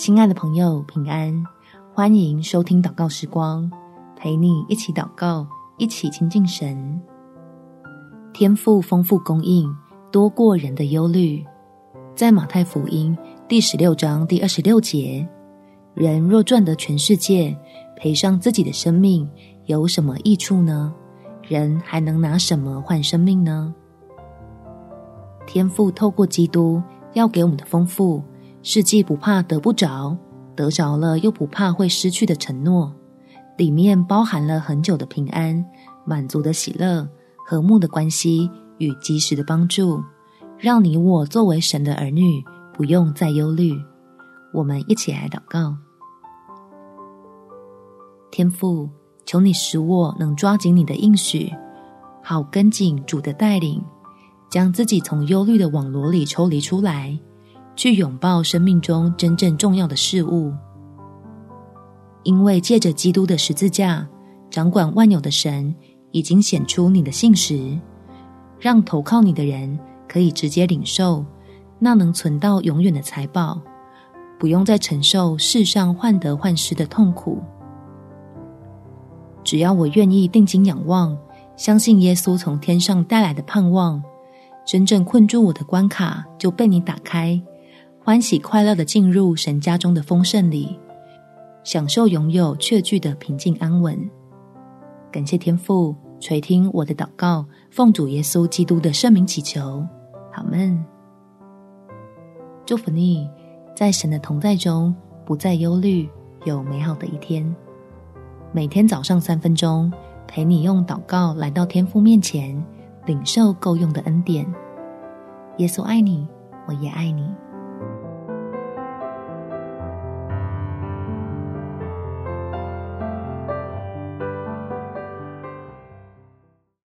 亲爱的朋友，平安，欢迎收听祷告时光，陪你一起祷告，一起亲近神。天父丰富供应，多过人的忧虑。在马太福音第16章第26节，人若赚得全世界，赔上自己的生命，有什么益处呢？人还能拿什么换生命呢？天父透过基督要给我们的丰富，是既不怕得不着，得着了又不怕会失去的承诺，里面包含了很久的平安、满足的喜乐、和睦的关系与及时的帮助，让你我作为神的儿女不用再忧虑。我们一起来祷告。天父，求你使我能抓紧你的应许，好跟紧主的带领，将自己从忧虑的网罗里抽离出来，去拥抱生命中真正重要的事物。因为借着基督的十字架，掌管万有的神已经显出你的信实，让投靠你的人可以直接领受那能存到永远的财宝，不用再承受世上患得患失的痛苦。只要我愿意定睛仰望，相信耶稣从天上带来的盼望，真正困住我的关卡就被你打开，欢喜快乐地进入神家中的丰盛里，享受拥有确据的平静安稳。感谢天父垂听我的祷告，奉主耶稣基督的圣名祈求，阿们。祝福你在神的同在中不再忧虑，有美好的一天。每天早上3分钟，陪你用祷告来到天父面前，领受够用的恩典。耶稣爱你，我也爱你。